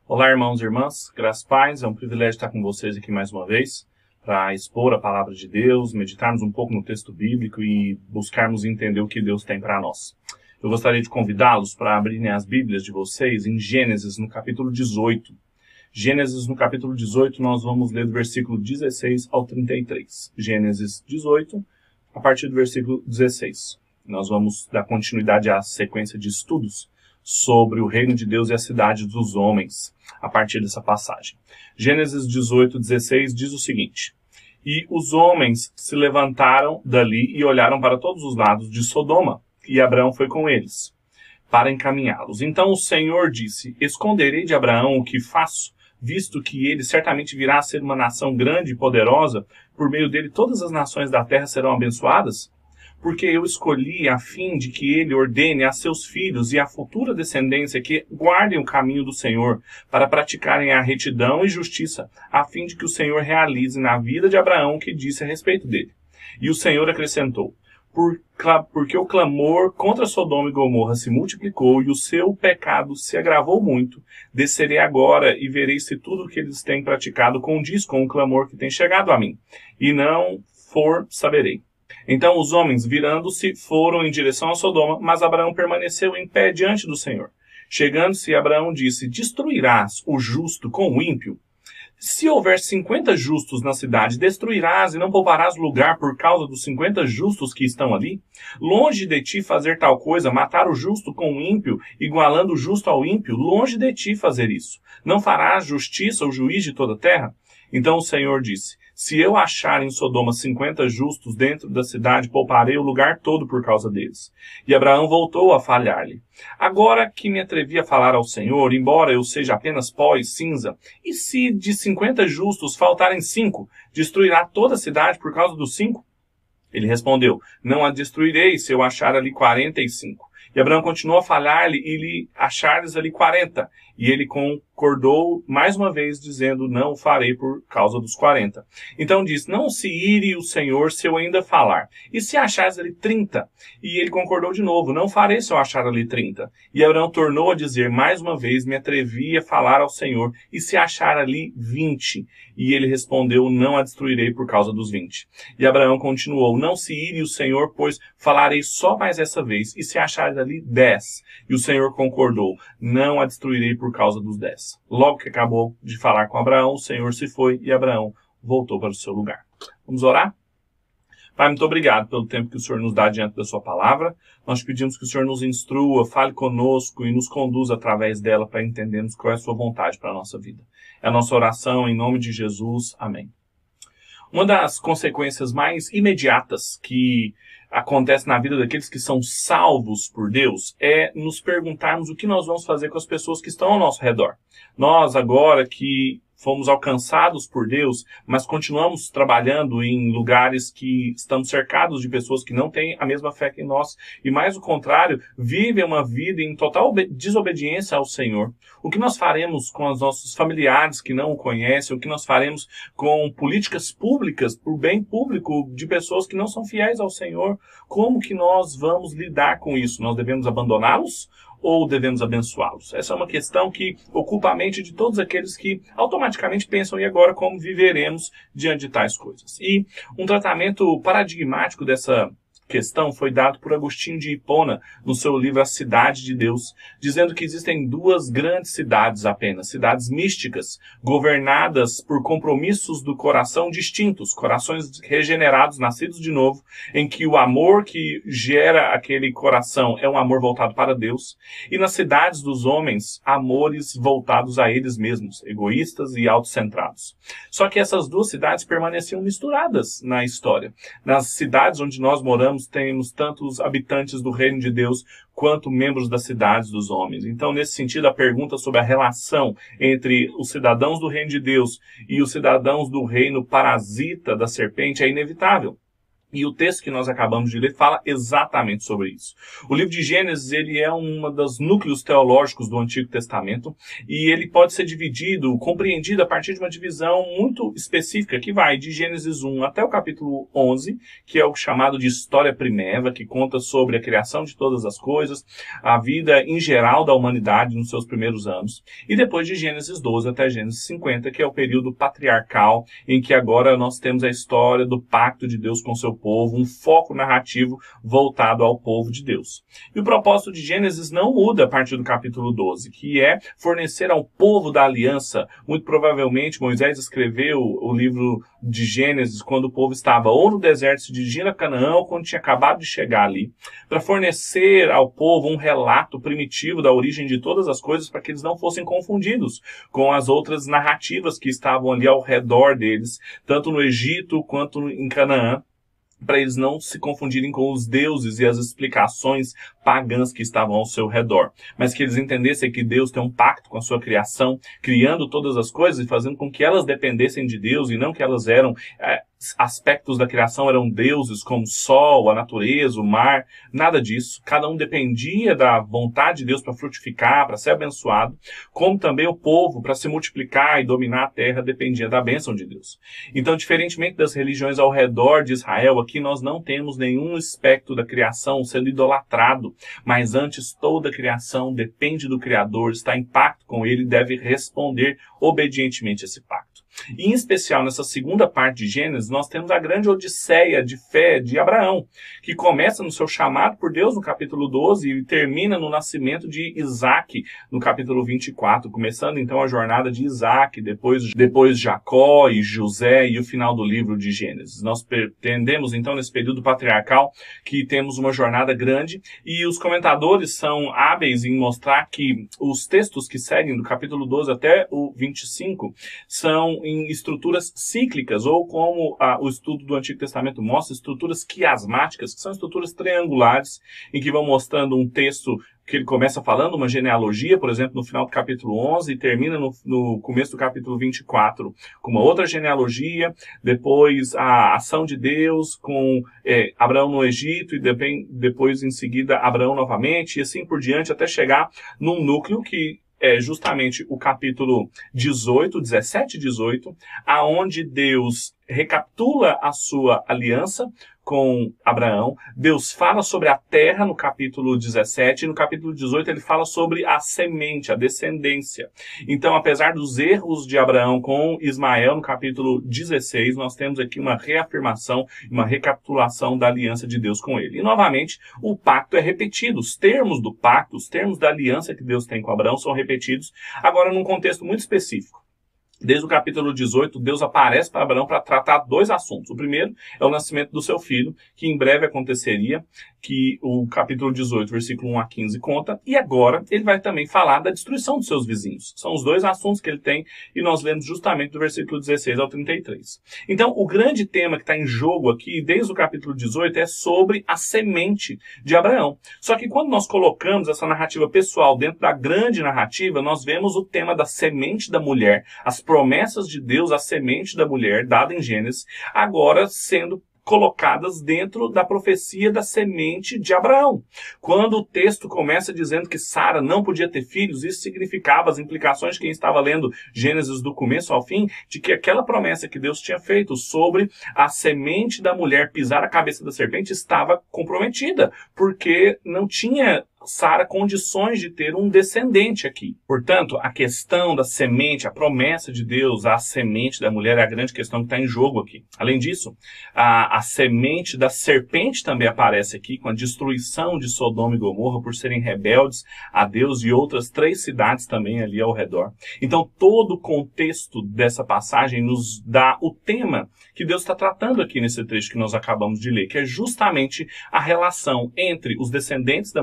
Olá, irmãos e irmãs, graças e paz, é um privilégio estar com vocês aqui mais uma vez para expor a palavra de Deus, meditarmos um pouco no texto bíblico e buscarmos entender o que Deus tem para nós. Eu gostaria de convidá-los para abrirem as Bíblias de vocês em Gênesis, no capítulo 18. Gênesis, no capítulo 18, nós vamos ler do versículo 16 ao 33. Gênesis 18, a partir do versículo 16. Nós vamos dar continuidade à sequência de estudos sobre o reino de Deus e a cidade dos homens, a partir dessa passagem. Gênesis 18, 16 diz o seguinte: E os homens se levantaram dali e olharam para todos os lados de Sodoma, e Abraão foi com eles, para encaminhá-los. Então o Senhor disse: Esconderei de Abraão o que faço, visto que ele certamente virá a ser uma nação grande e poderosa, por meio dele todas as nações da terra serão abençoadas? Porque eu escolhi a fim de que ele ordene a seus filhos e à futura descendência que guardem o caminho do Senhor, para praticarem a retidão e justiça, a fim de que o Senhor realize na vida de Abraão o que disse a respeito dele. E o Senhor acrescentou: porque o clamor contra Sodoma e Gomorra se multiplicou e o seu pecado se agravou muito, descerei agora e verei se tudo o que eles têm praticado condiz com o clamor que tem chegado a mim. E não for, saberei. Então os homens, virando-se, foram em direção a Sodoma, mas Abraão permaneceu em pé diante do Senhor. Chegando-se, Abraão disse: Destruirás o justo com o ímpio? Se houver 50 justos na cidade, destruirás e não pouparás lugar por causa dos 50 justos que estão ali? Longe de ti fazer tal coisa, matar o justo com o ímpio, igualando o justo ao ímpio, longe de ti fazer isso. Não farás justiça o juiz de toda a terra? Então o Senhor disse: Se eu achar em Sodoma 50 justos dentro da cidade, pouparei o lugar todo por causa deles. E Abraão voltou a falhar-lhe. Agora que me atrevi a falar ao Senhor, embora eu seja apenas pó e cinza, e se de 50 justos faltarem 5, destruirá toda a cidade por causa dos 5? Ele respondeu: Não a destruirei se eu achar ali 45. E Abraão continuou a falhar-lhe e lhe achares ali 40. E ele concordou mais uma vez, dizendo: Não o farei por causa dos 40. Então disse: Não se ire o Senhor se eu ainda falar. E se achares ali 30? E ele concordou de novo: Não farei se eu achar ali 30. E Abraão tornou a dizer mais uma vez: Me atrevi a falar ao Senhor. E se achar ali 20? E ele respondeu: Não a destruirei por causa dos 20. E Abraão continuou: Não se ire o Senhor, pois falarei só mais essa vez. E se achares ali 10? E o Senhor concordou: Não a destruirei por causa dos 10. Logo que acabou de falar com Abraão, o Senhor se foi e Abraão voltou para o seu lugar. Vamos orar? Pai, muito obrigado pelo tempo que o Senhor nos dá diante da sua palavra. Nós pedimos que o Senhor nos instrua, fale conosco e nos conduza através dela para entendermos qual é a sua vontade para a nossa vida. É a nossa oração em nome de Jesus. Amém. Uma das consequências mais imediatas que acontece na vida daqueles que são salvos por Deus é nos perguntarmos o que nós vamos fazer com as pessoas que estão ao nosso redor. Nós, agora que fomos alcançados por Deus, mas continuamos trabalhando em lugares que estamos cercados de pessoas que não têm a mesma fé que nós, e mais o contrário, vivem uma vida em total desobediência ao Senhor. O que nós faremos com os nossos familiares que não o conhecem? O que nós faremos com políticas públicas, por bem público, de pessoas que não são fiéis ao Senhor? Como que nós vamos lidar com isso? Nós devemos abandoná-los ou devemos abençoá-los? Essa é uma questão que ocupa a mente de todos aqueles que automaticamente pensam: e agora como viveremos diante de tais coisas? E um tratamento paradigmático dessa questão foi dado por Agostinho de Hipona no seu livro A Cidade de Deus, dizendo que existem duas grandes cidades apenas, cidades místicas, governadas por compromissos do coração distintos, corações regenerados, nascidos de novo, em que o amor que gera aquele coração é um amor voltado para Deus, e nas cidades dos homens, amores voltados a eles mesmos, egoístas e autocentrados. Só que essas duas cidades permaneciam misturadas na história. Nas cidades onde nós moramos, temos tantos habitantes do reino de Deus quanto membros das cidades dos homens. Então, nesse sentido, a pergunta sobre a relação entre os cidadãos do reino de Deus e os cidadãos do reino parasita da serpente é inevitável. E o texto que nós acabamos de ler fala exatamente sobre isso. O livro de Gênesis, ele é um dos núcleos teológicos do Antigo Testamento e ele pode ser dividido, compreendido a partir de uma divisão muito específica que vai de Gênesis 1 até o capítulo 11, que é o chamado de História Primeva, que conta sobre a criação de todas as coisas, a vida em geral da humanidade nos seus primeiros anos. E depois de Gênesis 12 até Gênesis 50, que é o período patriarcal, em que agora nós temos a história do pacto de Deus com seu povo, um foco narrativo voltado ao povo de Deus. E o propósito de Gênesis não muda a partir do capítulo 12, que é fornecer ao povo da aliança. Muito provavelmente Moisés escreveu o livro de Gênesis quando o povo estava ou no deserto se dirigindo a Canaã ou quando tinha acabado de chegar ali, para fornecer ao povo um relato primitivo da origem de todas as coisas para que eles não fossem confundidos com as outras narrativas que estavam ali ao redor deles, tanto no Egito quanto em Canaã, para eles não se confundirem com os deuses e as explicações pagãs que estavam ao seu redor. Mas que eles entendessem que Deus tem um pacto com a sua criação, criando todas as coisas e fazendo com que elas dependessem de Deus e não que elas eram aspectos da criação eram deuses como o sol, a natureza, o mar, nada disso. Cada um dependia da vontade de Deus para frutificar, para ser abençoado, como também o povo, para se multiplicar e dominar a terra, dependia da bênção de Deus. Então, diferentemente das religiões ao redor de Israel, aqui nós não temos nenhum aspecto da criação sendo idolatrado, mas antes toda a criação depende do Criador, está em pacto com ele e deve responder obedientemente a esse pacto. E, em especial, nessa segunda parte de Gênesis, nós temos a grande odisseia de fé de Abraão, que começa no seu chamado por Deus no capítulo 12 e termina no nascimento de Isaac no capítulo 24, começando então a jornada de Isaac, depois Jacó e José e o final do livro de Gênesis. Nós entendemos então nesse período patriarcal que temos uma jornada grande e os comentadores são hábeis em mostrar que os textos que seguem do capítulo 12 até o 25 são em estruturas cíclicas, ou como o estudo do Antigo Testamento mostra, estruturas quiasmáticas, que são estruturas triangulares, em que vão mostrando um texto que ele começa falando uma genealogia, por exemplo, no final do capítulo 11, e termina no começo do capítulo 24, com uma outra genealogia, depois a ação de Deus com Abraão no Egito, e depois, em seguida, Abraão novamente, e assim por diante, até chegar num núcleo que é justamente o capítulo 17 e 18, aonde Deus recapitula a sua aliança com Abraão. Deus fala sobre a terra no capítulo 17 e no capítulo 18 ele fala sobre a semente, a descendência. Então, apesar dos erros de Abraão com Ismael no capítulo 16, nós temos aqui uma reafirmação, uma recapitulação da aliança de Deus com ele. E, novamente, o pacto é repetido. Os termos do pacto, os termos da aliança que Deus tem com Abraão são repetidos, agora num contexto muito específico. Desde o capítulo 18, Deus aparece para Abraão para tratar dois assuntos. O primeiro é o nascimento do seu filho, que em breve aconteceria, que o capítulo 18, versículo 1 a 15 conta. E agora ele vai também falar da destruição dos seus vizinhos. São os dois assuntos que ele tem e nós lemos justamente do versículo 16 ao 33. Então, o grande tema que está em jogo aqui, desde o capítulo 18, é sobre a semente de Abraão. Só que quando nós colocamos essa narrativa pessoal dentro da grande narrativa, nós vemos o tema da semente da mulher, as promessas de Deus, a semente da mulher, dada em Gênesis, agora sendo colocadas dentro da profecia da semente de Abraão. Quando o texto começa dizendo que Sara não podia ter filhos, isso significava as implicações de quem estava lendo Gênesis do começo ao fim, de que aquela promessa que Deus tinha feito sobre a semente da mulher pisar a cabeça da serpente estava comprometida, porque não tinha Sara condições de ter um descendente aqui. Portanto, a questão da semente, a promessa de Deus, a semente da mulher é a grande questão que está em jogo aqui. Além disso, a semente da serpente também aparece aqui com a destruição de Sodoma e Gomorra por serem rebeldes a Deus e outras 3 cidades também ali ao redor. Então, todo o contexto dessa passagem nos dá o tema que Deus está tratando aqui nesse trecho que nós acabamos de ler, que é justamente a relação entre os descendentes da mulher, as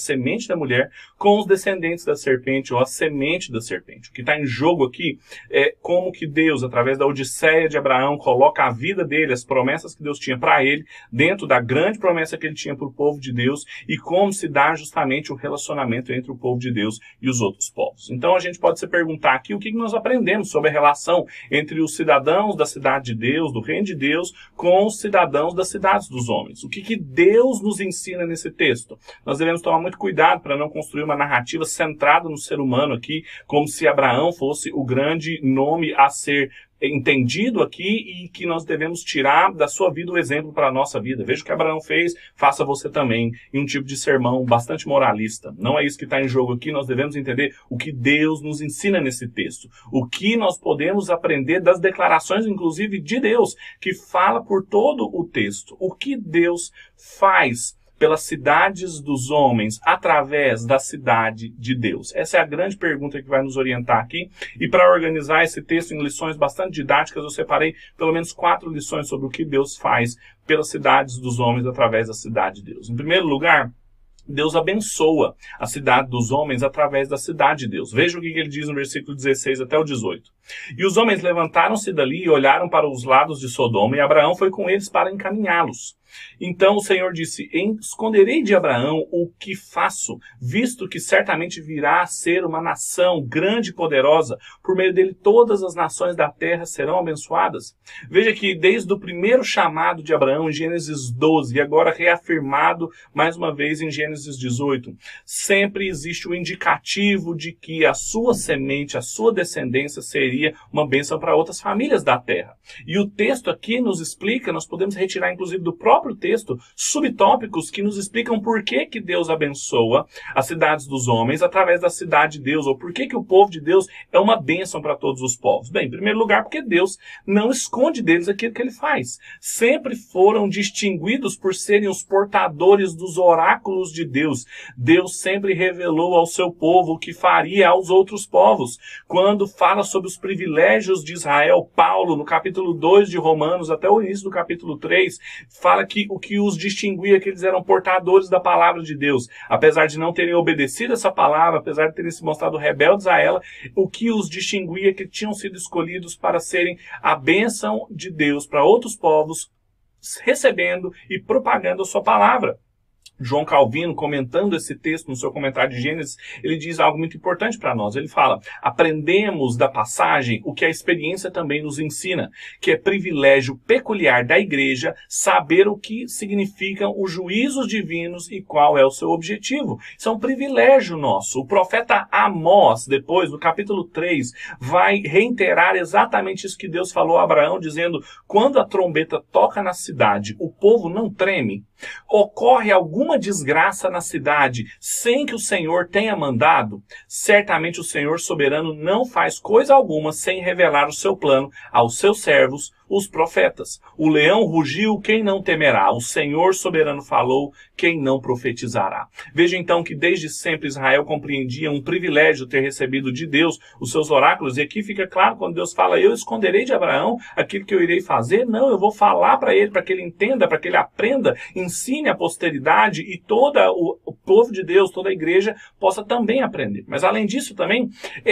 semente da mulher, com os descendentes da serpente, ou a semente da serpente. O que está em jogo aqui é como que Deus, através da Odisseia de Abraão, coloca a vida dele, as promessas que Deus tinha para ele, dentro da grande promessa que ele tinha para o povo de Deus, e como se dá justamente o relacionamento entre o povo de Deus e os outros povos. Então a gente pode se perguntar aqui o que nós aprendemos sobre a relação entre os cidadãos da cidade de Deus, do reino de Deus, com os cidadãos das cidades dos homens. O que Deus nos ensina nesse texto? Nós devemos tomar muito cuidado para não construir uma narrativa centrada no ser humano aqui, como se Abraão fosse o grande nome a ser entendido aqui e que nós devemos tirar da sua vida o exemplo para a nossa vida. Veja o que Abraão fez, faça você também, em um tipo de sermão bastante moralista. Não é isso que está em jogo aqui, nós devemos entender o que Deus nos ensina nesse texto. O que nós podemos aprender das declarações, inclusive, de Deus, que fala por todo o texto. O que Deus faz pelas cidades dos homens, através da cidade de Deus? Essa é a grande pergunta que vai nos orientar aqui. E para organizar esse texto em lições bastante didáticas, eu separei pelo menos 4 lições sobre o que Deus faz pelas cidades dos homens através da cidade de Deus. Em primeiro lugar, Deus abençoa a cidade dos homens através da cidade de Deus. Veja o que ele diz no versículo 16 até o 18. E os homens levantaram-se dali e olharam para os lados de Sodoma, e Abraão foi com eles para encaminhá-los. Então o Senhor disse: esconderei de Abraão o que faço, visto que certamente virá a ser uma nação grande e poderosa, por meio dele todas as nações da terra serão abençoadas. Veja que desde o primeiro chamado de Abraão em Gênesis 12, e agora reafirmado mais uma vez em Gênesis 18, sempre existe o indicativo de que a sua semente, a sua descendência seria uma bênção para outras famílias da terra. E o texto aqui nos explica, nós podemos retirar inclusive do próprio texto, subtópicos que nos explicam por que Deus abençoa as cidades dos homens através da cidade de Deus, ou por que o povo de Deus é uma bênção para todos os povos. Bem, em primeiro lugar, porque Deus não esconde deles aquilo que ele faz. Sempre foram distinguidos por serem os portadores dos oráculos de Deus. Deus sempre revelou ao seu povo o que faria aos outros povos. Quando fala sobre os privilégios de Israel, Paulo, no capítulo 2 de Romanos, até o início do capítulo 3, fala que o que os distinguia é que eles eram portadores da palavra de Deus. Apesar de não terem obedecido essa palavra, apesar de terem se mostrado rebeldes a ela, o que os distinguia é que tinham sido escolhidos para serem a bênção de Deus para outros povos, recebendo e propagando a sua palavra. João Calvino, comentando esse texto no seu comentário de Gênesis, ele diz algo muito importante para nós. Ele fala: aprendemos da passagem o que a experiência também nos ensina, que é privilégio peculiar da igreja saber o que significam os juízos divinos e qual é o seu objetivo. Isso é um privilégio nosso. O profeta Amós, depois, no capítulo 3, vai reiterar exatamente isso que Deus falou a Abraão, dizendo: quando a trombeta toca na cidade, o povo não treme. Ocorre alguma desgraça na cidade sem que o Senhor tenha mandado? Certamente o Senhor soberano não faz coisa alguma sem revelar o seu plano aos seus servos, os profetas. O leão rugiu, quem não temerá? O Senhor soberano falou, quem não profetizará? Veja então que desde sempre Israel compreendia um privilégio ter recebido de Deus os seus oráculos, e aqui fica claro quando Deus fala: eu esconderei de Abraão aquilo que eu irei fazer. Não, eu vou falar para ele, para que ele entenda, para que ele aprenda, ensine a posteridade, e todo o povo de Deus, toda a igreja possa também aprender. Mas além disso também,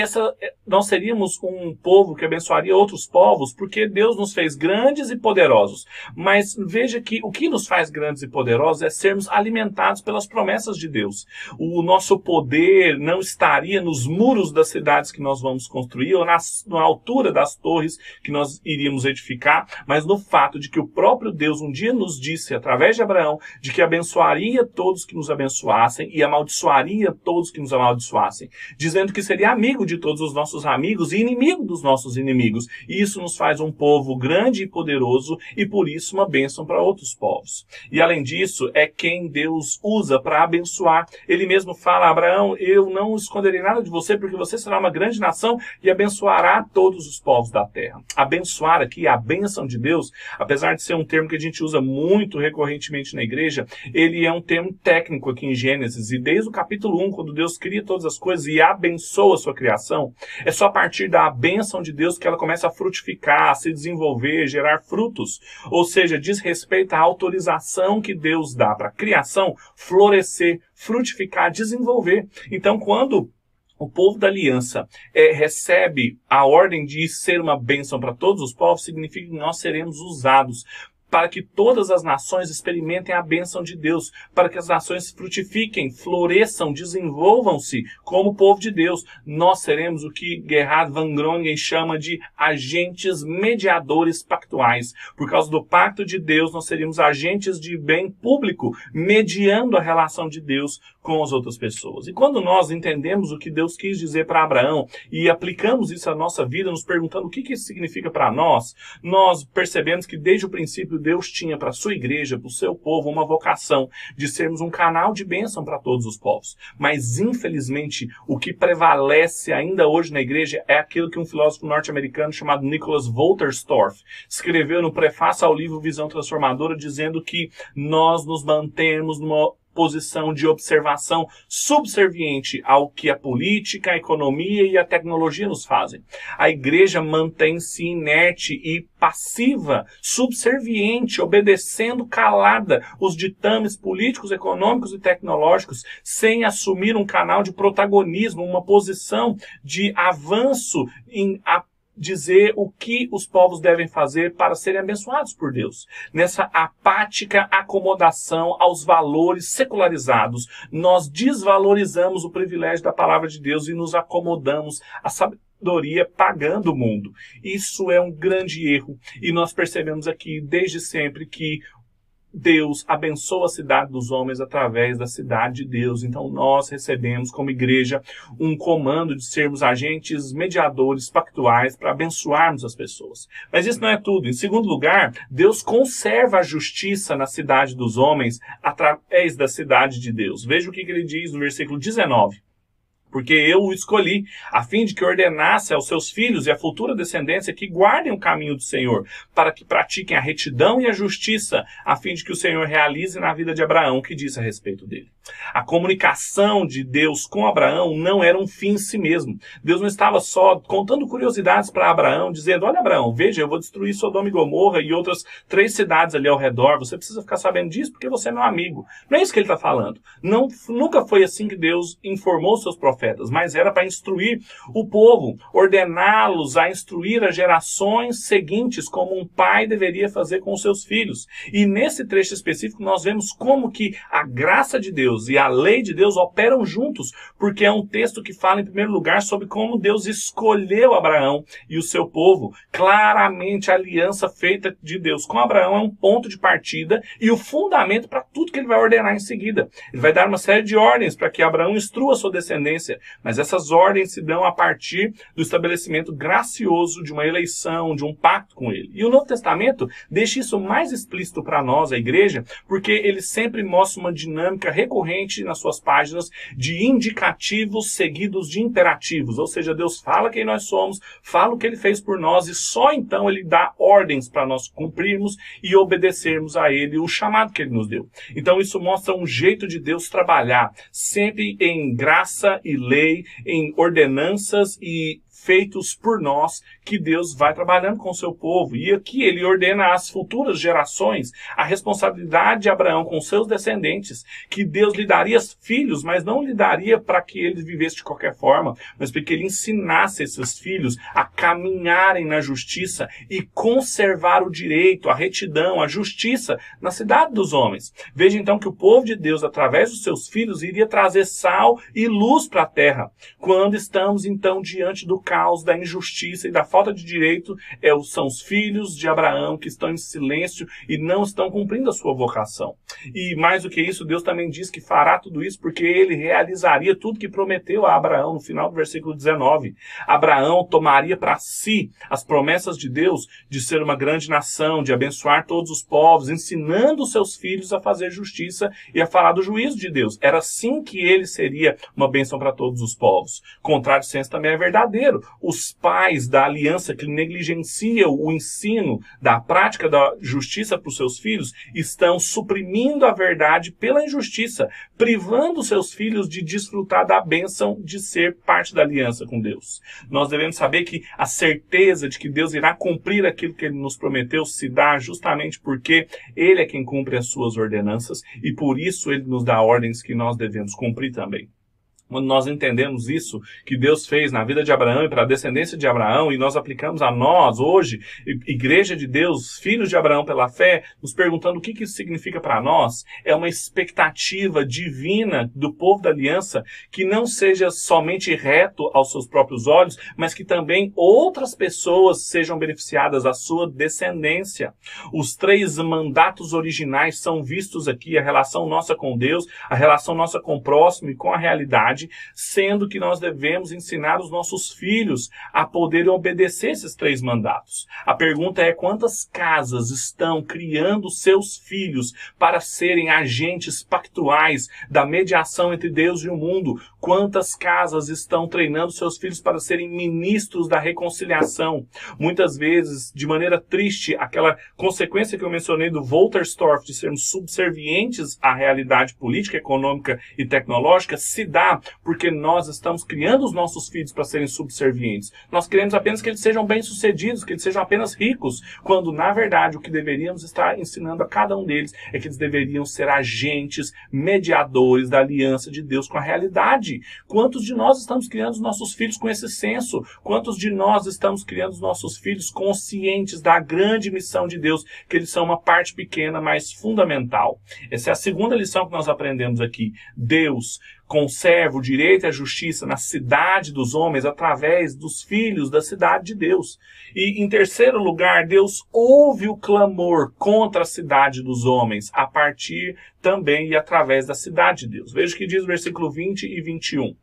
nós seríamos um povo que abençoaria outros povos, porque Deus nos fez grandes e poderosos. Mas veja que o que nos faz grandes e poderosos é sermos alimentados pelas promessas de Deus. O nosso poder não estaria nos muros das cidades que nós vamos construir, ou na altura das torres que nós iríamos edificar, mas no fato de que o próprio Deus um dia nos disse, através de Abraão, de que abençoaria todos que nos abençoassem e amaldiçoaria todos que nos amaldiçoassem, dizendo que seria amigo de todos os nossos amigos e inimigo dos nossos inimigos. E isso nos faz um povo grande e poderoso, e por isso uma bênção para outros povos. E além disso, é quem Deus usa para abençoar. Ele mesmo fala: Abraão, eu não esconderei nada de você, porque você será uma grande nação e abençoará todos os povos da terra. Abençoar aqui, a bênção de Deus, apesar de ser um termo que a gente usa muito recorrentemente na igreja, ele é um termo técnico aqui em Gênesis, e desde o capítulo 1, quando Deus cria todas as coisas e abençoa a sua criação, é só a partir da bênção de Deus que ela começa a frutificar, a se desenvolver, desenvolver, gerar frutos. Ou seja, diz respeito à autorização que Deus dá para a criação florescer, frutificar, desenvolver. Então, quando o povo da aliança recebe a ordem de ser uma bênção para todos os povos, significa que nós seremos usados para que todas as nações experimentem a bênção de Deus, para que as nações frutifiquem, floresçam, desenvolvam-se como povo de Deus. Nós seremos o que Gerhard van Grongen chama de agentes mediadores pactuais. Por causa do pacto de Deus, nós seríamos agentes de bem público, mediando a relação de Deus com as outras pessoas. E quando nós entendemos o que Deus quis dizer para Abraão e aplicamos isso à nossa vida, nos perguntando o que isso significa para nós percebemos que desde o princípio Deus tinha para a sua igreja, para o seu povo, uma vocação de sermos um canal de bênção para todos os povos. Mas, infelizmente, o que prevalece ainda hoje na igreja é aquilo que um filósofo norte-americano chamado Nicholas Wolterstorff escreveu no prefácio ao livro Visão Transformadora, dizendo que nós nos mantemos numa posição de observação subserviente ao que a política, a economia e a tecnologia nos fazem. A igreja mantém-se inerte e passiva, subserviente, obedecendo calada os ditames políticos, econômicos e tecnológicos, sem assumir um canal de protagonismo, uma posição de avanço em dizer o que os povos devem fazer para serem abençoados por Deus. Nessa apática acomodação aos valores secularizados, nós desvalorizamos o privilégio da palavra de Deus e nos acomodamos à sabedoria pagando o mundo. Isso é um grande erro e nós percebemos aqui desde sempre que Deus abençoa a cidade dos homens através da cidade de Deus. Então nós recebemos como igreja um comando de sermos agentes mediadores pactuais para abençoarmos as pessoas. Mas isso não é tudo. Em segundo lugar, Deus conserva a justiça na cidade dos homens através da cidade de Deus. Veja o que ele diz no versículo 19. Porque eu o escolhi, a fim de que ordenasse aos seus filhos e à futura descendência que guardem o caminho do Senhor, para que pratiquem a retidão e a justiça, a fim de que o Senhor realize na vida de Abraão o que disse a respeito dele. A comunicação de Deus com Abraão não era um fim em si mesmo. Deus não estava só contando curiosidades para Abraão, dizendo, olha Abraão, veja, eu vou destruir Sodoma e Gomorra e outras 3 cidades ali ao redor, você precisa ficar sabendo disso porque você é meu amigo. Não é isso que ele está falando. Nunca foi assim que Deus informou seus profetas, mas era para instruir o povo, ordená-los a instruir as gerações seguintes, como um pai deveria fazer com os seus filhos. E nesse trecho específico nós vemos como que a graça de Deus e a lei de Deus operam juntos, porque é um texto que fala em primeiro lugar sobre como Deus escolheu Abraão e o seu povo. Claramente a aliança feita de Deus com Abraão é um ponto de partida e o fundamento para tudo que ele vai ordenar em seguida. Ele vai dar uma série de ordens para que Abraão instrua a sua descendência, mas essas ordens se dão a partir do estabelecimento gracioso de uma eleição, de um pacto com ele. E o Novo Testamento deixa isso mais explícito para nós, a igreja, porque ele sempre mostra uma dinâmica recorrente nas suas páginas de indicativos seguidos de imperativos, ou seja, Deus fala quem nós somos, fala o que ele fez por nós e só então ele dá ordens para nós cumprirmos e obedecermos a ele, o chamado que ele nos deu. Então isso mostra um jeito de Deus trabalhar, sempre em graça e lei, em ordenanças e feitos por nós, que Deus vai trabalhando com o seu povo. E aqui ele ordena às futuras gerações a responsabilidade de Abraão com seus descendentes, que Deus lhe daria filhos, mas não lhe daria para que eles vivessem de qualquer forma, mas para que ele ensinasse esses filhos a caminharem na justiça e conservar o direito, a retidão, a justiça na cidade dos homens. Veja então que o povo de Deus, através dos seus filhos, iria trazer sal e luz para a terra. Quando estamos então diante do caos, da injustiça e da falta de direito, são os filhos de Abraão que estão em silêncio e não estão cumprindo a sua vocação. E mais do que isso, Deus também diz que fará tudo isso porque ele realizaria tudo que prometeu a Abraão no final do versículo 19. Abraão tomaria para si as promessas de Deus de ser uma grande nação, de abençoar todos os povos, ensinando os seus filhos a fazer justiça e a falar do juízo de Deus. Era assim que ele seria uma bênção para todos os povos. Contrário senso também é verdadeiro. os pais da aliança que negligenciam o ensino da prática da justiça para os seus filhos estão suprimindo a verdade pela injustiça, privando seus filhos de desfrutar da bênção de ser parte da aliança com Deus. Nós devemos saber que a certeza de que Deus irá cumprir aquilo que Ele nos prometeu se dá justamente porque Ele é quem cumpre as suas ordenanças e por isso Ele nos dá ordens que nós devemos cumprir também. Quando nós entendemos isso, que Deus fez na vida de Abraão e para a descendência de Abraão, e nós aplicamos a nós hoje, igreja de Deus, filhos de Abraão pela fé, nos perguntando o que isso significa para nós, é uma expectativa divina do povo da aliança que não seja somente reto aos seus próprios olhos, mas que também outras pessoas sejam beneficiadas, a sua descendência. Os 3 mandatos originais são vistos aqui, a relação nossa com Deus, a relação nossa com o próximo e com a realidade, sendo que nós devemos ensinar os nossos filhos a poderem obedecer esses 3 mandatos. A pergunta é: quantas casas estão criando seus filhos para serem agentes pactuais da mediação entre Deus e o mundo? Quantas casas estão treinando seus filhos para serem ministros da reconciliação? Muitas vezes, de maneira triste, aquela consequência que eu mencionei do Wolterstorff de sermos subservientes à realidade política, econômica e tecnológica se dá porque nós estamos criando os nossos filhos para serem subservientes. Nós queremos apenas que eles sejam bem-sucedidos, que eles sejam apenas ricos, quando, na verdade, o que deveríamos estar ensinando a cada um deles é que eles deveriam ser agentes, mediadores da aliança de Deus com a realidade. Quantos de nós estamos criando os nossos filhos com esse senso? Quantos de nós estamos criando os nossos filhos conscientes da grande missão de Deus, que eles são uma parte pequena, mas fundamental? Essa é a segunda lição que nós aprendemos aqui. Deus conserva o direito e a justiça na cidade dos homens através dos filhos da cidade de Deus. E, em terceiro lugar, Deus ouve o clamor contra a cidade dos homens a partir também e através da cidade de Deus. Veja o que diz o versículo 20 e 21.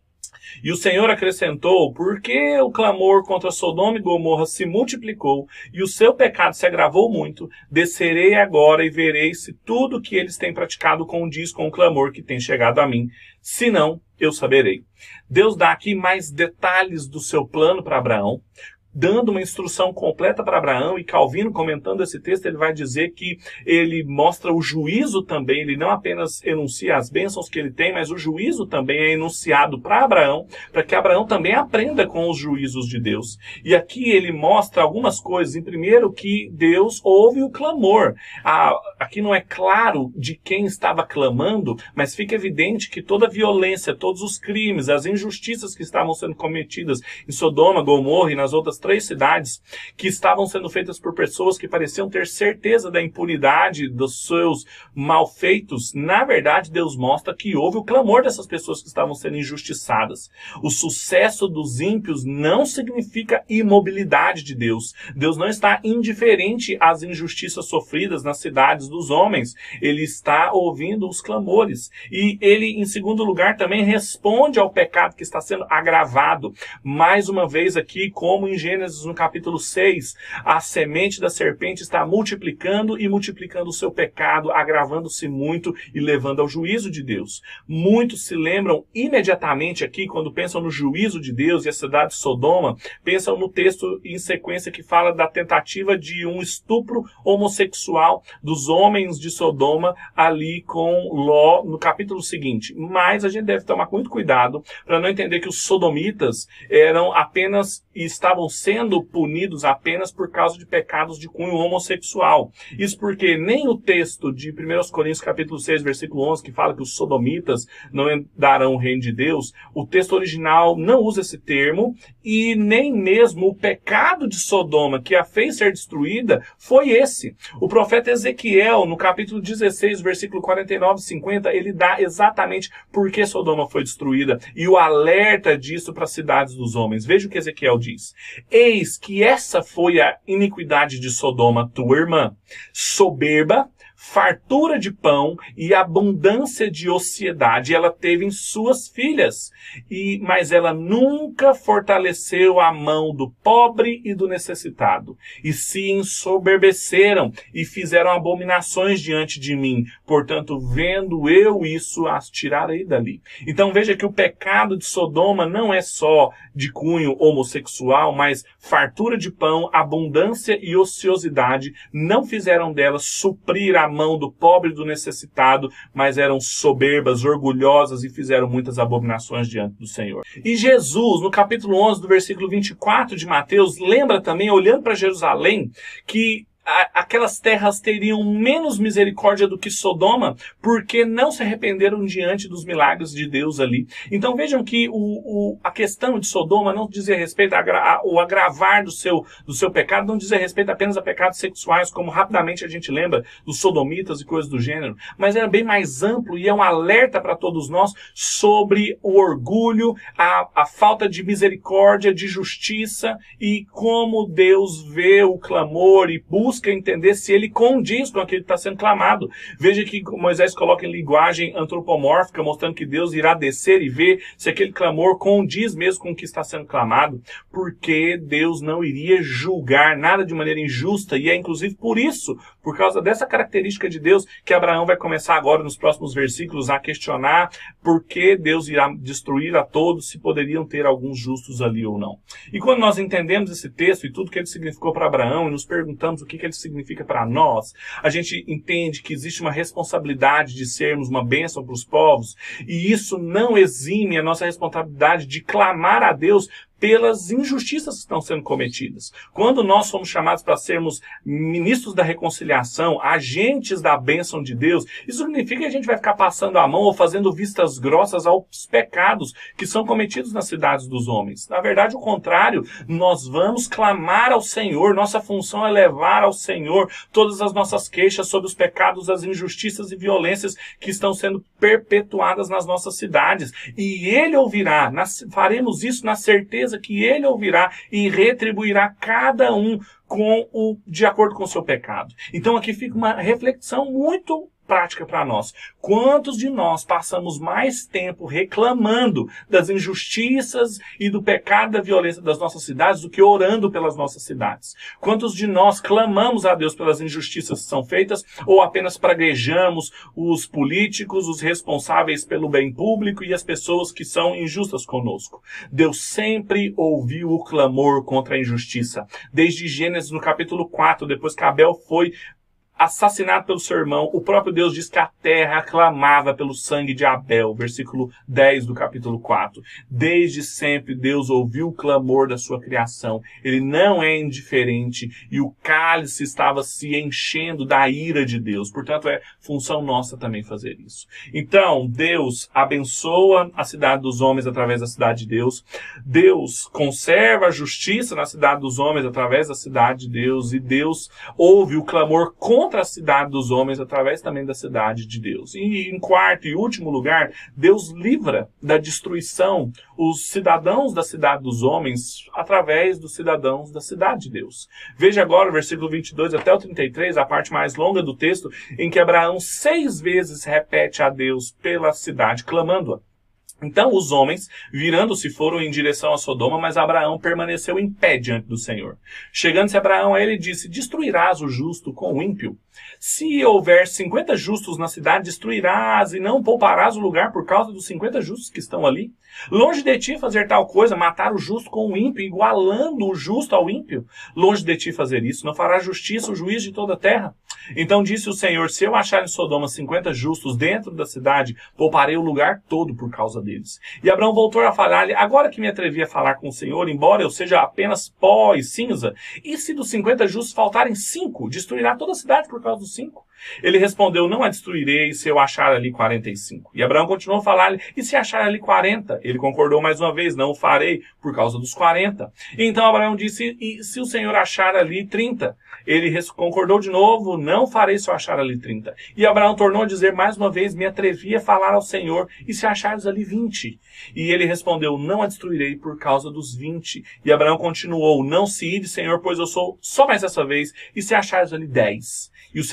E o Senhor acrescentou: porque o clamor contra Sodoma e Gomorra se multiplicou e o seu pecado se agravou muito, descerei agora e verei se tudo que eles têm praticado condiz com o clamor que tem chegado a mim. Se não, eu saberei. Deus dá aqui mais detalhes do seu plano para Abraão, dando uma instrução completa para Abraão, e Calvino, comentando esse texto, ele vai dizer que ele mostra o juízo também, ele não apenas enuncia as bênçãos que ele tem, mas o juízo também é enunciado para Abraão, para que Abraão também aprenda com os juízos de Deus. E aqui ele mostra algumas coisas. Em primeiro, que Deus ouve o clamor. Aqui não é claro de quem estava clamando, mas fica evidente que toda a violência, todos os crimes, as injustiças que estavam sendo cometidas em Sodoma, Gomorra e nas outras 3 cidades, que estavam sendo feitas por pessoas que pareciam ter certeza da impunidade dos seus malfeitos, na verdade Deus mostra que houve o clamor dessas pessoas que estavam sendo injustiçadas. O sucesso dos ímpios não significa imobilidade de Deus. Deus não está indiferente às injustiças sofridas nas cidades dos homens. Ele está ouvindo os clamores. E ele, em segundo lugar, também responde ao pecado que está sendo agravado. Mais uma vez aqui, como em Gênesis, no capítulo 6, a semente da serpente está multiplicando e multiplicando o seu pecado, agravando-se muito e levando ao juízo de Deus. Muitos se lembram imediatamente aqui, quando pensam no juízo de Deus e a cidade de Sodoma, pensam no texto em sequência que fala da tentativa de um estupro homossexual dos homens de Sodoma ali com Ló no capítulo seguinte. Mas a gente deve tomar muito cuidado para não entender que os sodomitas eram apenas e estavam sendo punidos apenas por causa de pecados de cunho homossexual. Isso porque nem o texto de 1 Coríntios capítulo 6, versículo 11, que fala que os sodomitas não darão o reino de Deus, o texto original não usa esse termo, e nem mesmo o pecado de Sodoma que a fez ser destruída foi esse. O profeta Ezequiel, no capítulo 16, versículo 49 e 50, ele dá exatamente por que Sodoma foi destruída e o alerta disso para as cidades dos homens. Veja o que Ezequiel diz: eis que essa foi a iniquidade de Sodoma, tua irmã, soberba, fartura de pão e abundância de ociosidade ela teve em suas filhas, mas ela nunca fortaleceu a mão do pobre e do necessitado, e se ensoberbeceram e fizeram abominações diante de mim. Portanto, vendo eu isso, as tirarei dali. Então veja que o pecado de Sodoma não é só de cunho homossexual, mas fartura de pão, abundância e ociosidade não fizeram delas suprir a mão do pobre e do necessitado, mas eram soberbas, orgulhosas e fizeram muitas abominações diante do Senhor. E Jesus, no capítulo 11, do versículo 24 de Mateus, lembra também, olhando para Jerusalém, que aquelas terras teriam menos misericórdia do que Sodoma, porque não se arrependeram diante dos milagres de Deus ali. Então vejam que a questão de Sodoma não dizia respeito ao agravar do seu pecado, não dizia respeito apenas a pecados sexuais, como rapidamente a gente lembra dos sodomitas e coisas do gênero, mas era bem mais amplo e é um alerta para todos nós sobre o orgulho, a falta de misericórdia, de justiça e como Deus vê o clamor e busca entender se ele condiz com aquilo que está sendo clamado. Veja que Moisés coloca em linguagem antropomórfica, mostrando que Deus irá descer e ver se aquele clamor condiz mesmo com o que está sendo clamado, porque Deus não iria julgar nada de maneira injusta, e é inclusive por isso, por causa dessa característica de Deus, que Abraão vai começar agora nos próximos versículos a questionar por que Deus irá destruir a todos, se poderiam ter alguns justos ali ou não. E quando nós entendemos esse texto e tudo que ele significou para Abraão, e nos perguntamos o que ele significa para nós, a gente entende que existe uma responsabilidade de sermos uma bênção para os povos, e isso não exime a nossa responsabilidade de clamar a Deus pelas injustiças que estão sendo cometidas. Quando nós somos chamados para sermos ministros da reconciliação, agentes da bênção de Deus, isso significa que a gente vai ficar passando a mão ou fazendo vistas grossas aos pecados que são cometidos nas cidades dos homens. Na verdade, o contrário, nós vamos clamar ao Senhor, nossa função é levar ao Senhor todas as nossas queixas sobre os pecados, as injustiças e violências que estão sendo perpetuadas nas nossas cidades. E Ele ouvirá, faremos isso na certeza que Ele ouvirá e retribuirá cada um de acordo com o seu pecado. Então aqui fica uma reflexão muito prática para nós. Quantos de nós passamos mais tempo reclamando das injustiças e do pecado, da violência das nossas cidades do que orando pelas nossas cidades? Quantos de nós clamamos a Deus pelas injustiças que são feitas ou apenas praguejamos os políticos, os responsáveis pelo bem público e as pessoas que são injustas conosco? Deus sempre ouviu o clamor contra a injustiça. Desde Gênesis no capítulo 4, depois que Abel foi assassinado pelo seu irmão, o próprio Deus diz que a terra clamava pelo sangue de Abel, versículo 10 do capítulo 4. Desde sempre Deus ouviu o clamor da sua criação. Ele não é indiferente e o cálice estava se enchendo da ira de Deus. Portanto, é função nossa também fazer isso. Então, Deus abençoa a cidade dos homens através da cidade de Deus. Deus conserva a justiça na cidade dos homens através da cidade de Deus. E Deus ouve o clamor contra a cidade dos homens através também da cidade de Deus. E em quarto e último lugar, Deus livra da destruição os cidadãos da cidade dos homens através dos cidadãos da cidade de Deus. Veja agora o versículo 22 até o 33, a parte mais longa do texto, em que Abraão 6 vezes repete a Deus pela cidade, clamando-a. Então os homens, virando-se, foram em direção a Sodoma, mas Abraão permaneceu em pé diante do Senhor. Chegando-se Abraão a ele, disse: destruirás o justo com o ímpio? Se houver 50 justos na cidade, destruirás e não pouparás o lugar por causa dos 50 justos que estão ali? Longe de ti fazer tal coisa, matar o justo com o ímpio, igualando o justo ao ímpio. Longe de ti fazer isso, não fará justiça o juiz de toda a terra? Então disse o Senhor: se eu achar em Sodoma 50 justos dentro da cidade, pouparei o lugar todo por causa deles. E Abraão voltou a falar-lhe: agora que me atrevi a falar com o Senhor, embora eu seja apenas pó e cinza, e se dos 50 justos faltarem 5, destruirá toda a cidade por causa dos 5? Ele respondeu: não a destruirei se eu achar ali 45. E Abraão continuou a falar-lhe: e se achar ali 40? Ele concordou mais uma vez: não o farei por causa dos 40. E então Abraão disse: e se o Senhor achar ali 30? Ele concordou de novo: não farei se eu achar ali 30. E Abraão tornou a dizer mais uma vez: me atrevi a falar ao Senhor, e se achares ali 20? E ele respondeu: não a destruirei por causa dos 20. E Abraão continuou: não se ire, Senhor, pois eu sou só mais essa vez, e se achares ali 10? E o Senhor concordou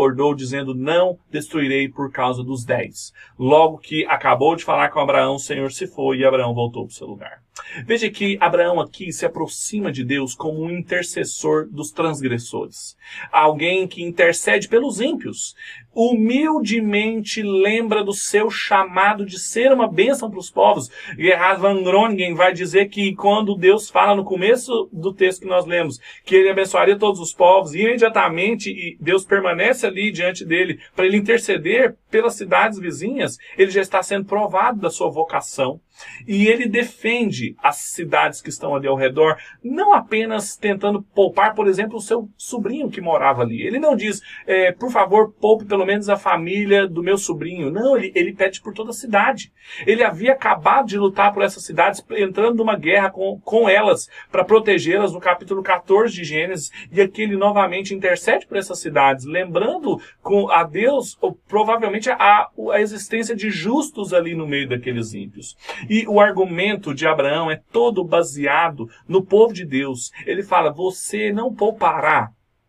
concordou, dizendo, não destruirei por causa dos 10. Logo que acabou de falar com Abraão, o Senhor se foi e Abraão voltou para o seu lugar. Veja que Abraão aqui se aproxima de Deus como um intercessor dos transgressores. Alguém que intercede pelos ímpios. Humildemente lembra do seu chamado de ser uma bênção para os povos. Gerhard van Groningen vai dizer que quando Deus fala no começo do texto que nós lemos, que ele abençoaria todos os povos, e imediatamente Deus permanece ali diante dele para ele interceder pelas cidades vizinhas, ele já está sendo provado da sua vocação. E ele defende as cidades que estão ali ao redor, não apenas tentando poupar, por exemplo, o seu sobrinho que morava ali. Ele não diz, por favor, poupe pelo menos a família do meu sobrinho. Não, ele pede por toda a cidade. Ele havia acabado de lutar por essas cidades, entrando numa guerra com elas, para protegê-las no capítulo 14 de Gênesis. E aqui ele novamente intercede por essas cidades, lembrando a Deus, provavelmente, a existência de justos ali no meio daqueles ímpios. E o argumento de Abraão é todo baseado no povo de Deus. Ele fala, você não poupará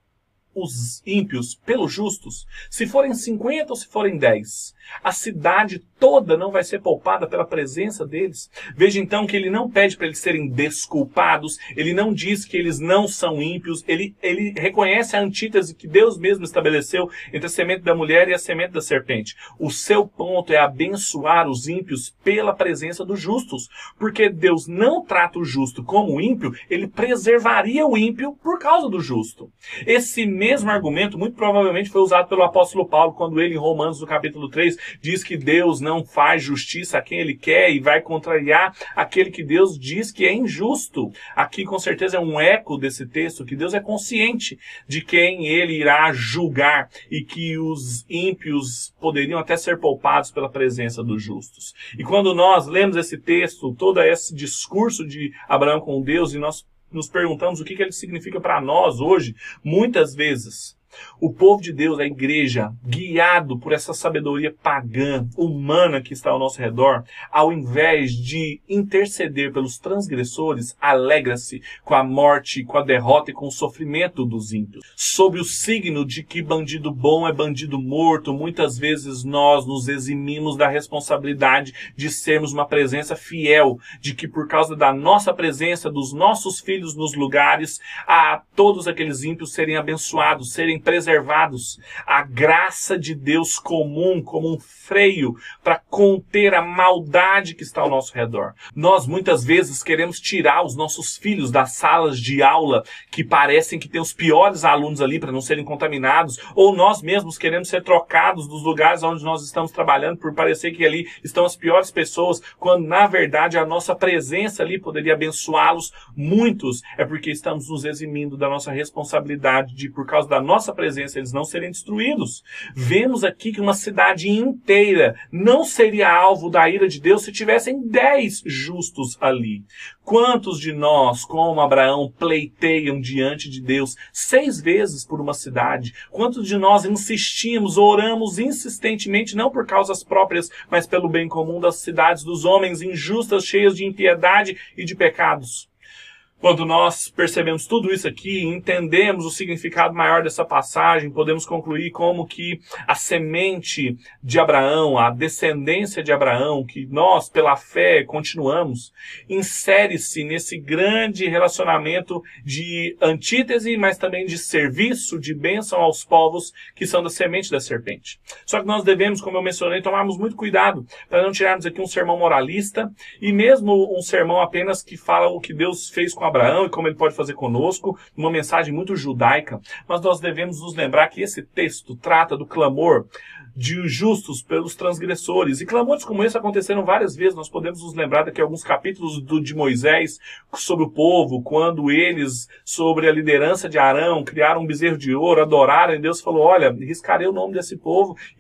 os ímpios pelos justos, se forem 50 ou se forem 10. A cidade toda não vai ser poupada pela presença deles. Veja então que ele não pede para eles serem desculpados, ele não diz que eles não são ímpios, ele reconhece a antítese que Deus mesmo estabeleceu entre a semente da mulher e a semente da serpente. O seu ponto é abençoar os ímpios pela presença dos justos, porque Deus não trata o justo como ímpio, ele preservaria o ímpio por causa do justo. Esse mesmo argumento muito provavelmente foi usado pelo apóstolo Paulo quando ele, em Romanos, no capítulo 3, diz que Deus não faz justiça a quem ele quer e vai contrariar aquele que Deus diz que é injusto. Aqui, com certeza, é um eco desse texto, que Deus é consciente de quem ele irá julgar e que os ímpios poderiam até ser poupados pela presença dos justos. E quando nós lemos esse texto, todo esse discurso de Abraão com Deus, e nós nos perguntamos o que ele significa para nós hoje, muitas vezes o povo de Deus, a igreja, guiado por essa sabedoria pagã, humana que está ao nosso redor, ao invés de interceder pelos transgressores, alegra-se com a morte, com a derrota e com o sofrimento dos ímpios. Sob o signo de que bandido bom é bandido morto, muitas vezes nós nos eximimos da responsabilidade de sermos uma presença fiel, de que por causa da nossa presença, dos nossos filhos nos lugares, a todos aqueles ímpios serem abençoados, serem preservados. A graça de Deus comum como um freio para conter a maldade que está ao nosso redor. Nós muitas vezes queremos tirar os nossos filhos das salas de aula que parecem que tem os piores alunos ali para não serem contaminados, ou nós mesmos queremos ser trocados dos lugares onde nós estamos trabalhando por parecer que ali estão as piores pessoas, quando na verdade a nossa presença ali poderia abençoá-los. Muitos é porque estamos nos eximindo da nossa responsabilidade de, por causa da nossa presença, eles não serem destruídos. Vemos aqui que uma cidade inteira não seria alvo da ira de Deus se tivessem 10 justos ali. Quantos de nós, como Abraão, pleiteiam diante de Deus 6 vezes por uma cidade? Quantos de nós insistimos, oramos insistentemente, não por causas próprias, mas pelo bem comum das cidades dos homens injustas, cheias de impiedade e de pecados? Quando nós percebemos tudo isso aqui, entendemos o significado maior dessa passagem, podemos concluir como que a semente de Abraão, a descendência de Abraão, que nós, pela fé, continuamos, insere-se nesse grande relacionamento de antítese, mas também de serviço, de bênção aos povos que são da semente da serpente. Só que nós devemos, como eu mencionei, tomarmos muito cuidado para não tirarmos aqui um sermão moralista e mesmo um sermão apenas que fala o que Deus fez com Abraão e como ele pode fazer conosco, uma mensagem muito judaica, mas nós devemos nos lembrar que esse texto trata do clamor de justos pelos transgressores. E clamores como esse aconteceram várias vezes. Nós podemos nos lembrar daqui a alguns capítulos de Moisés sobre o povo, quando eles, sobre a liderança de Arão, criaram um bezerro de ouro, adoraram, e Deus falou, olha, riscarei o nome desse povo, e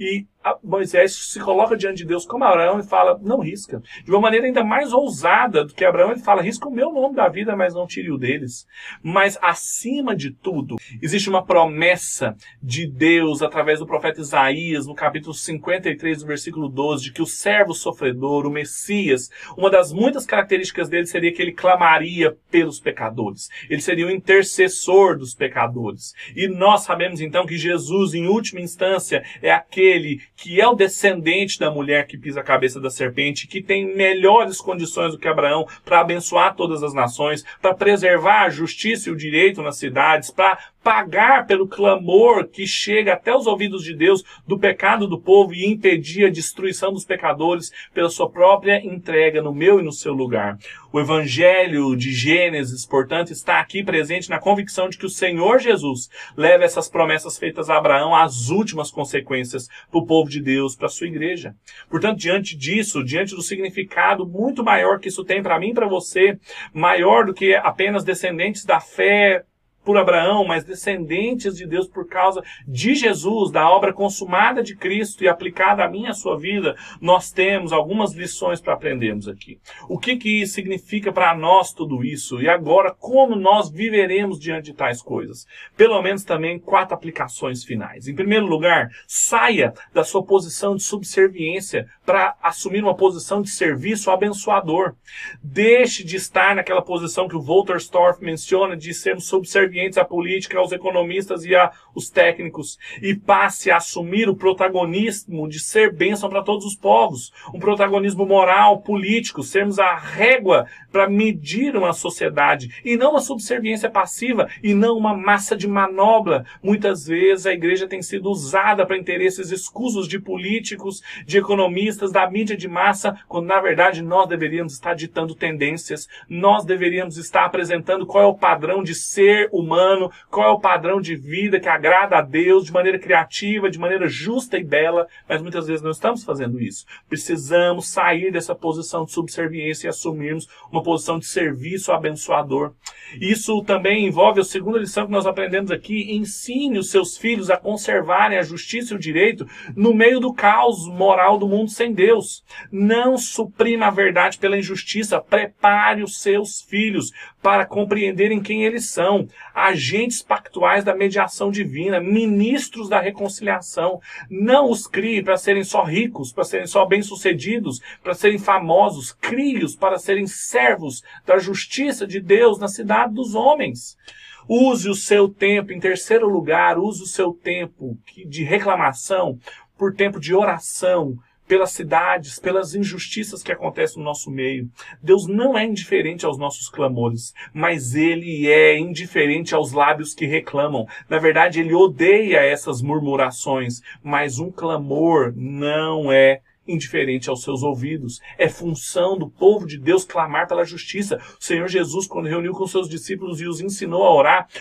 Moisés se coloca diante de Deus como Abraão e fala, não risca. De uma maneira ainda mais ousada do que Abraão, ele fala, risca o meu nome da vida, mas não tire o deles. Mas, acima de tudo, existe uma promessa de Deus, através do profeta Isaías, no capítulo 53, do versículo 12, de que o servo sofredor, o Messias, uma das muitas características dele seria que ele clamaria pelos pecadores. Ele seria o intercessor dos pecadores. E nós sabemos, então, que Jesus, em última instância, é aquele que é o descendente da mulher que pisa a cabeça da serpente, que tem melhores condições do que Abraão para abençoar todas as nações, para preservar a justiça e o direito nas cidades, para pagar pelo clamor que chega até os ouvidos de Deus do pecado do povo e impedir a destruição dos pecadores pela sua própria entrega no meu e no seu lugar. O Evangelho de Gênesis, portanto, está aqui presente na convicção de que o Senhor Jesus leva essas promessas feitas a Abraão às últimas consequências para o povo de Deus, para a sua igreja. Portanto, diante disso, diante do significado muito maior que isso tem para mim e para você, maior do que apenas descendentes da fé por Abraão, mas descendentes de Deus por causa de Jesus, da obra consumada de Cristo e aplicada à minha e à sua vida, nós temos algumas lições para aprendermos aqui. O que significa para nós tudo isso? E agora, como nós viveremos diante de tais coisas? Pelo menos também 4 aplicações finais. Em primeiro lugar, saia da sua posição de subserviência para assumir uma posição de serviço abençoador. Deixe de estar naquela posição que o Walter Storff menciona de sermos subservientes à política, aos economistas e aos técnicos, e passe a assumir o protagonismo de ser bênção para todos os povos, um protagonismo moral, político, sermos a régua para medir uma sociedade, e não uma subserviência passiva, e não uma massa de manobra. Muitas vezes a igreja tem sido usada para interesses escusos de políticos, de economistas, da mídia de massa, quando na verdade nós deveríamos estar ditando tendências, nós deveríamos estar apresentando qual é o padrão de ser humano, qual é o padrão de vida que agrada a Deus de maneira criativa, de maneira justa e bela, mas muitas vezes não estamos fazendo isso. Precisamos sair dessa posição de subserviência e assumirmos uma posição de serviço abençoador. Isso também envolve a segunda lição que nós aprendemos aqui: ensine os seus filhos a conservarem a justiça e o direito no meio do caos moral do mundo sem Deus. Não suprima a verdade pela injustiça, prepare os seus filhos para compreenderem quem eles são, agentes pactuais da mediação divina, ministros da reconciliação. Não os crie para serem só ricos, para serem só bem-sucedidos, para serem famosos. Crie-os para serem servos da justiça de Deus na cidade dos homens. Use o seu tempo, em terceiro lugar, use o seu tempo de reclamação por tempo de oração, pelas cidades, pelas injustiças que acontecem no nosso meio. Deus não é indiferente aos nossos clamores, mas Ele é indiferente aos lábios que reclamam. Na verdade, Ele odeia essas murmurações, mas um clamor não é indiferente aos seus ouvidos. É função do povo de Deus clamar pela justiça. O Senhor Jesus, quando reuniu com seus discípulos e os ensinou a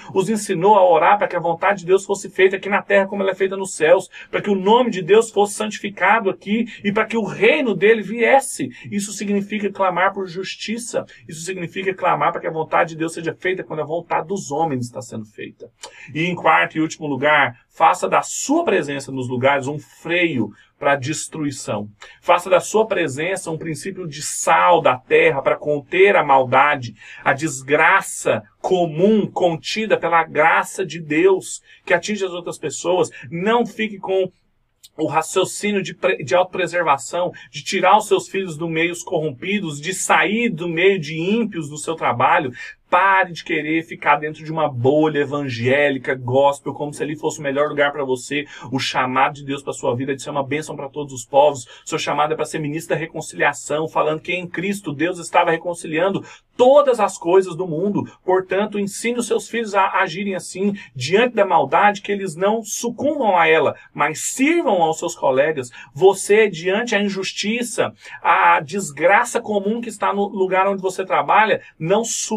orar para que a vontade de Deus fosse feita aqui na terra como ela é feita nos céus, para que o nome de Deus fosse santificado aqui e para que o reino dele viesse. Isso significa clamar por justiça. Isso significa clamar para que a vontade de Deus seja feita quando a vontade dos homens está sendo feita. E em quarto e último lugar, faça da sua presença nos lugares um freio para a destruição. Faça da sua presença um princípio de sal da terra para conter a maldade, a desgraça comum contida pela graça de Deus que atinge as outras pessoas. Não fique com o raciocínio de autopreservação, de tirar os seus filhos do meio corrompidos, de sair do meio de ímpios do seu trabalho. Pare de querer ficar dentro de uma bolha evangélica, gospel, como se ali fosse o melhor lugar para você. O chamado de Deus para sua vida é de ser uma bênção para todos os povos. O seu chamado é para ser ministro da reconciliação, falando que em Cristo Deus estava reconciliando todas as coisas do mundo. Portanto, ensine os seus filhos a agirem assim, diante da maldade, que eles não sucumbam a ela, mas sirvam aos seus colegas. Você, diante a injustiça, a desgraça comum que está no lugar onde você trabalha, não sucumba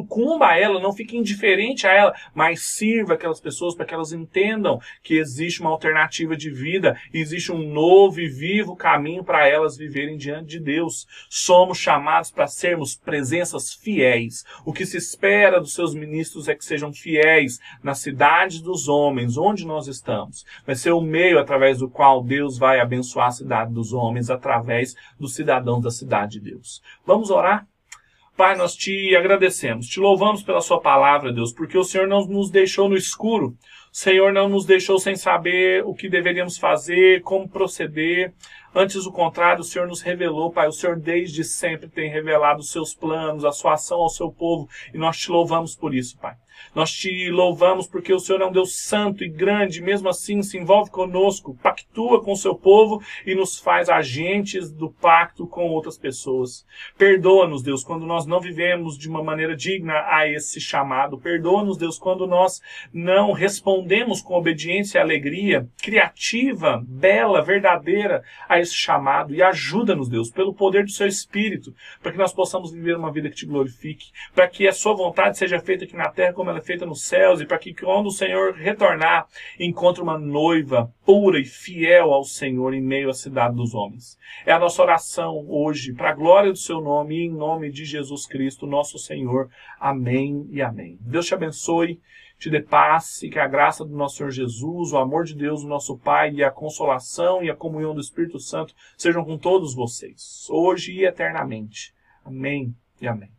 a ela, não fique indiferente a ela, mas sirva aquelas pessoas para que elas entendam que existe uma alternativa de vida, existe um novo e vivo caminho para elas viverem diante de Deus. Somos chamados para sermos presenças fiéis. O que se espera dos seus ministros é que sejam fiéis nas cidades dos homens, onde nós estamos. Vai ser o meio através do qual Deus vai abençoar a cidade dos homens, através dos cidadãos da cidade de Deus. Vamos orar? Pai, nós te agradecemos, te louvamos pela sua palavra, Deus, porque o Senhor não nos deixou no escuro, o Senhor não nos deixou sem saber o que deveríamos fazer, como proceder. Antes do contrário, o Senhor nos revelou, Pai, o Senhor desde sempre tem revelado os seus planos, a sua ação ao seu povo, e nós te louvamos por isso, Pai. Nós te louvamos porque o Senhor é um Deus santo e grande, mesmo assim se envolve conosco, pactua com o seu povo e nos faz agentes do pacto com outras pessoas. Perdoa-nos, Deus, quando nós não vivemos de uma maneira digna a esse chamado. Perdoa-nos, Deus, quando nós não respondemos com obediência e alegria, criativa, bela, verdadeira, a esse chamado. E ajuda-nos, Deus, pelo poder do seu Espírito, para que nós possamos viver uma vida que te glorifique, para que a sua vontade seja feita aqui na terra como ela é feita nos céus, e para que quando o Senhor retornar, encontre uma noiva pura e fiel ao Senhor em meio à cidade dos homens. É a nossa oração hoje, para a glória do seu nome e em nome de Jesus Cristo, nosso Senhor. Amém e amém. Deus te abençoe, te dê paz e que a graça do nosso Senhor Jesus, o amor de Deus, o nosso Pai, e a consolação e a comunhão do Espírito Santo sejam com todos vocês, hoje e eternamente. Amém e amém.